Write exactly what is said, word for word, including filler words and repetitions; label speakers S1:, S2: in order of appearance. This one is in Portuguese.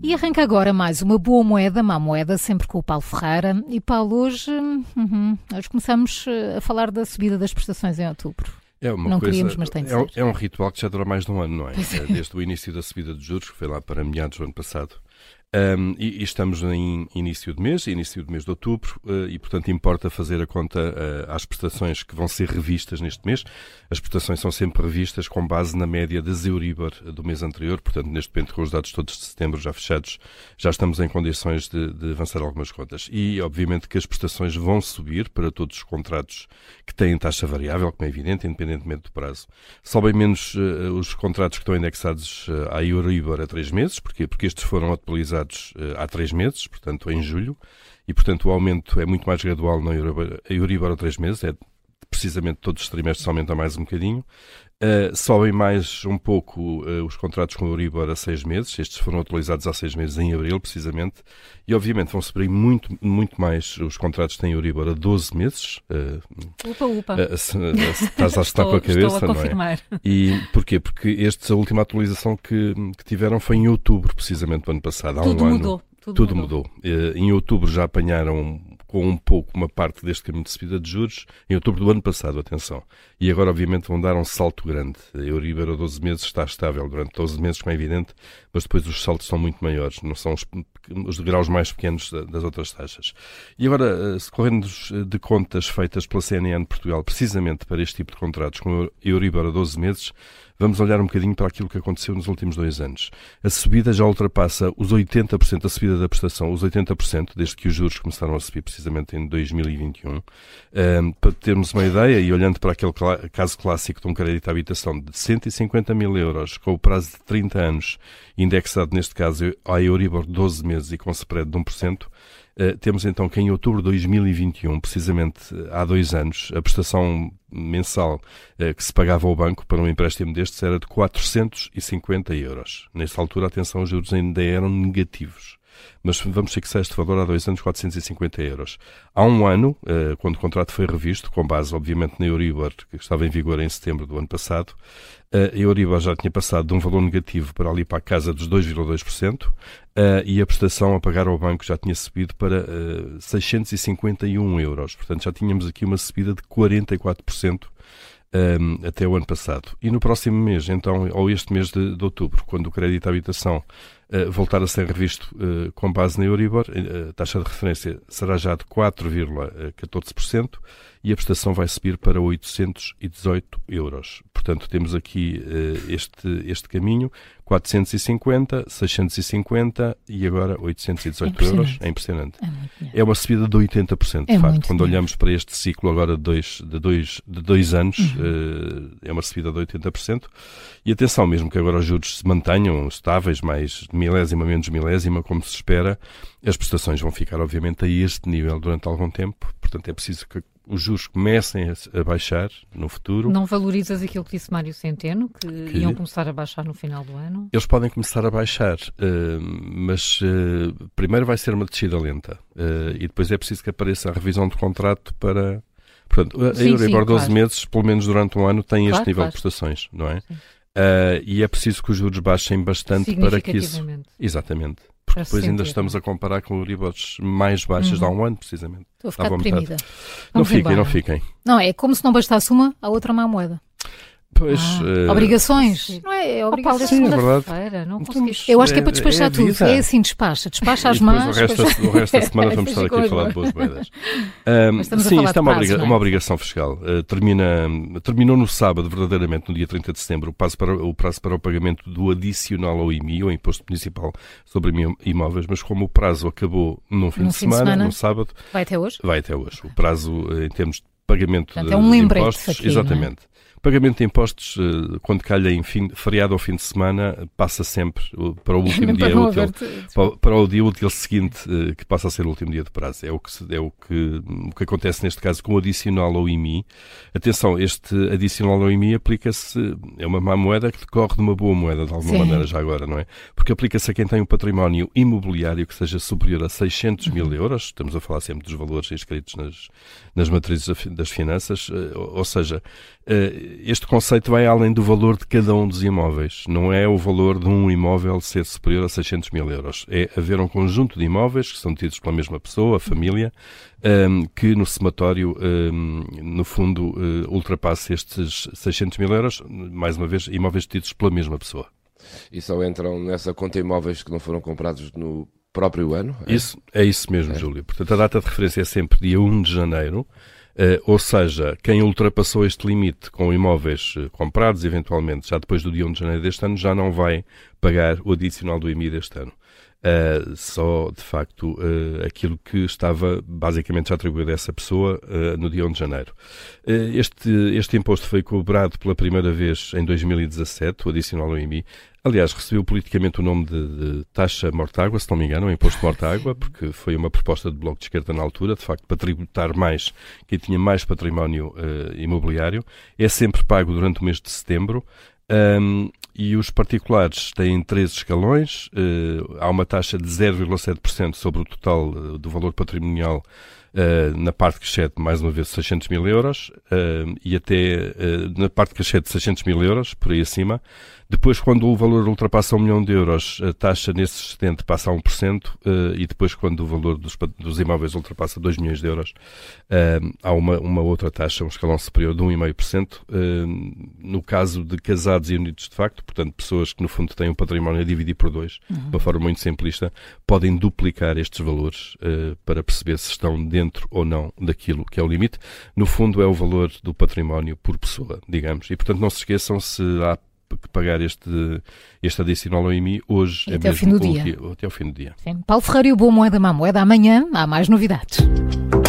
S1: E arranca agora mais uma boa moeda, má moeda, sempre com o Paulo Ferreira. E Paulo, hoje, uhum, hoje começamos a falar da subida das prestações em outubro.
S2: É uma
S1: não
S2: coisa,
S1: queríamos, mas tem de
S2: é,
S1: ser.
S2: É um ritual que já dura mais de um ano, não é?
S1: É.
S2: Desde o início da subida de juros, que foi lá para meados do ano passado. Um, e, e estamos em início de mês, início do mês de outubro, uh, e portanto importa fazer a conta uh, às prestações que vão ser revistas neste mês. As prestações são sempre revistas com base na média das Euribor do mês anterior, portanto neste momento com os dados todos de setembro já fechados, já estamos em condições de, de avançar algumas contas. E obviamente que as prestações vão subir para todos os contratos que têm taxa variável, como é evidente, independentemente do prazo. Sobem menos uh, os contratos que estão indexados uh, à Euribor a três meses, porquê? Porque estes foram atualizados há três meses, portanto em julho, e portanto o aumento é muito mais gradual na Euribor, a Euribor a três meses, é precisamente todos os trimestres aumenta mais um bocadinho. Uh, sobem mais um pouco uh, os contratos com a Euribor a seis meses, estes foram atualizados há seis meses em abril, precisamente, e obviamente vão subir muito, muito mais os contratos que têm Euribor a doze meses. Uh,
S1: upa, upa.
S2: Uh, se, uh, se estás a estar com a cabeça,
S1: estou a confirmar.
S2: Não é? E porquê? Porque esta, a última atualização que, que tiveram foi em outubro, precisamente, do ano passado, há
S1: Tudo
S2: um
S1: mudou.
S2: ano.
S1: Tudo,
S2: Tudo
S1: mudou.
S2: mudou. Uh, em outubro já apanharam com um pouco uma parte deste caminho de subida de juros, em outubro do ano passado, atenção. E agora, obviamente, vão dar um salto grande. A Euribor a doze meses está estável durante doze meses, como é evidente, mas depois os saltos são muito maiores, não são os, os degraus mais pequenos das outras taxas. E agora, correndo de contas feitas pela C N N de Portugal, precisamente para este tipo de contratos com a Euribor a doze meses, vamos olhar um bocadinho para aquilo que aconteceu nos últimos dois anos. A subida já ultrapassa os oitenta por cento, a subida da prestação, os oitenta por cento, desde que os juros começaram a subir precisamente em dois mil e vinte e um. Um, para termos uma ideia, e olhando para aquele cl- caso clássico de um crédito à habitação de cento e cinquenta mil euros, com o prazo de trinta anos, indexado neste caso à Euribor de doze meses e com spread de um por cento, Uh, temos então que em outubro de dois mil e vinte e um, precisamente há dois anos, a prestação mensal uh, que se pagava ao banco para um empréstimo destes era de quatrocentos e cinquenta euros. Nesta altura, atenção, os juros ainda eram negativos. Mas vamos fixar este valor há dois anos, quatrocentos e cinquenta euros. Há um ano, uh, quando o contrato foi revisto, com base, obviamente, na Euribor, que estava em vigor em setembro do ano passado, uh, a Euribor já tinha passado de um valor negativo para ali para a casa dos dois vírgula dois por cento uh, e a prestação a pagar ao banco já tinha subido para uh, seiscentos e cinquenta e um euros. Portanto, já tínhamos aqui uma subida de quarenta e quatro por cento Um, até o ano passado. E no próximo mês, então, ou este mês de, de outubro, quando o crédito à habitação uh, voltar a ser revisto uh, com base na Euribor, uh, a taxa de referência será já de quatro vírgula catorze por cento e a prestação vai subir para oitocentos e dezoito euros. Portanto, temos aqui uh, este, este caminho, quatrocentos e cinquenta, seiscentos e cinquenta e agora oitocentos e dezoito euros. É impressionante. É, é uma subida de oitenta por cento, de é facto. Quando dinheiro. Olhamos para este ciclo agora de dois, de dois, de dois anos, uhum. uh, é uma subida de oitenta por cento. E atenção, mesmo que agora os juros se mantenham estáveis, mais milésima, menos milésima, como se espera, as prestações vão ficar, obviamente, a este nível durante algum tempo. Portanto, é preciso que os juros comecem a baixar no futuro.
S1: Não valorizas aquilo que disse Mário Centeno, que, que iam começar a baixar no final do ano?
S2: Eles podem começar a baixar, uh, mas uh, primeiro vai ser uma descida lenta uh, e depois é preciso que apareça a revisão de contrato para... Portanto, a
S1: sim,
S2: Euribor doze
S1: claro.
S2: meses, pelo menos durante um ano, tem
S1: claro,
S2: este nível
S1: claro.
S2: de prestações, não é? Uh, e é preciso que os juros baixem bastante para que isso... Exatamente. Porque depois ainda estamos a comparar com Euribors mais baixas uhum. de há um ano, precisamente.
S1: Estou a ficar deprimida.
S2: Não fiquem, não fiquem.
S1: Não, é como se não bastasse uma, a outra má moeda.
S2: Pois,
S1: ah, uh... Obrigações. Não é? É obrigação.
S2: Sim, é verdade.
S1: Não eu acho que é para despachar é, é tudo. É assim, despacha. Despacha as más.
S2: O resto, o resto da semana vamos estar aqui a falar de boas moedas. Um, sim, isto é uma, obriga- é? uma obrigação fiscal. Uh, termina, terminou no sábado, verdadeiramente, no dia trinta de setembro, o prazo, para, o prazo para o pagamento do adicional ao I M I, ou Imposto Municipal sobre Imóveis, mas como o prazo acabou num fim, de, fim semana, de semana, no sábado...
S1: Vai até hoje?
S2: Vai até hoje. O prazo, em termos de pagamento Portanto, de,
S1: é um
S2: de
S1: impostos...
S2: Aqui, exatamente. Pagamento de impostos, quando calha em fim, feriado ao fim de semana, passa sempre para o último dia útil, para, para o dia útil seguinte, que passa a ser o último dia de prazo. É o que, é o que, o que acontece neste caso com o adicional ao I M I. Atenção, este adicional ao I M I aplica-se, é uma má moeda que decorre de uma boa moeda, de alguma Sim. maneira já agora, não é? Porque aplica-se a quem tem um património imobiliário que seja superior a seiscentos mil euros, estamos a falar sempre dos valores inscritos nas, nas matrizes das finanças, ou seja, este conceito vai além do valor de cada um dos imóveis. Não é o valor de um imóvel ser superior a seiscentos mil euros. É haver um conjunto de imóveis que são tidos pela mesma pessoa, a família, um, que no somatório, um, no fundo, uh, ultrapasse estes seiscentos mil euros, mais uma vez, imóveis tidos pela mesma pessoa.
S3: E só entram nessa conta imóveis que não foram comprados no próprio ano? É
S2: isso, é isso mesmo,
S3: é.
S2: Júlio. Portanto, a data de referência é sempre dia um de janeiro. Uh, ou seja, quem ultrapassou este limite com imóveis uh, comprados, eventualmente, já depois do dia um de janeiro deste ano, já não vai pagar o adicional do I M I deste ano. Uh, só, de facto, uh, aquilo que estava basicamente já atribuído a essa pessoa uh, no dia um de janeiro. Uh, este, este imposto foi cobrado pela primeira vez em dois mil e dezassete, o adicional ao I M I. Aliás, recebeu politicamente o nome de, de taxa mortágua, se não me engano, o imposto mortágua, porque foi uma proposta do Bloco de Esquerda na altura, de facto, para tributar mais quem tinha mais património uh, imobiliário. É sempre pago durante o mês de setembro. Um, e os particulares têm três escalões, uh, há uma taxa de zero vírgula sete por cento sobre o total uh, do valor patrimonial uh, na parte que excede, mais uma vez, seiscentos mil euros uh, e até uh, na parte que excede seiscentos mil euros, por aí acima. Depois, quando o valor ultrapassa um milhão de euros, a taxa nesse excedente passa a um por cento uh, e depois, quando o valor dos, dos imóveis ultrapassa dois milhões de euros, uh, há uma, uma outra taxa, um escalão superior de um vírgula cinco por cento. Uh, no caso de casados e unidos de facto, portanto, pessoas que no fundo têm um património a dividir por dois, uhum. de uma forma muito simplista, podem duplicar estes valores uh, para perceber se estão dentro ou não daquilo que é o limite. No fundo, é o valor do património por pessoa, digamos. E, portanto, não se esqueçam, se há que pagar este, este adicional ao I M I hoje,
S1: e
S2: é
S1: até
S2: mesmo
S1: ao fim do dia.
S2: Até ao fim do dia.
S1: Sim. Paulo Ferreira e o Boa Moeda, Má Moeda. Amanhã há mais novidades.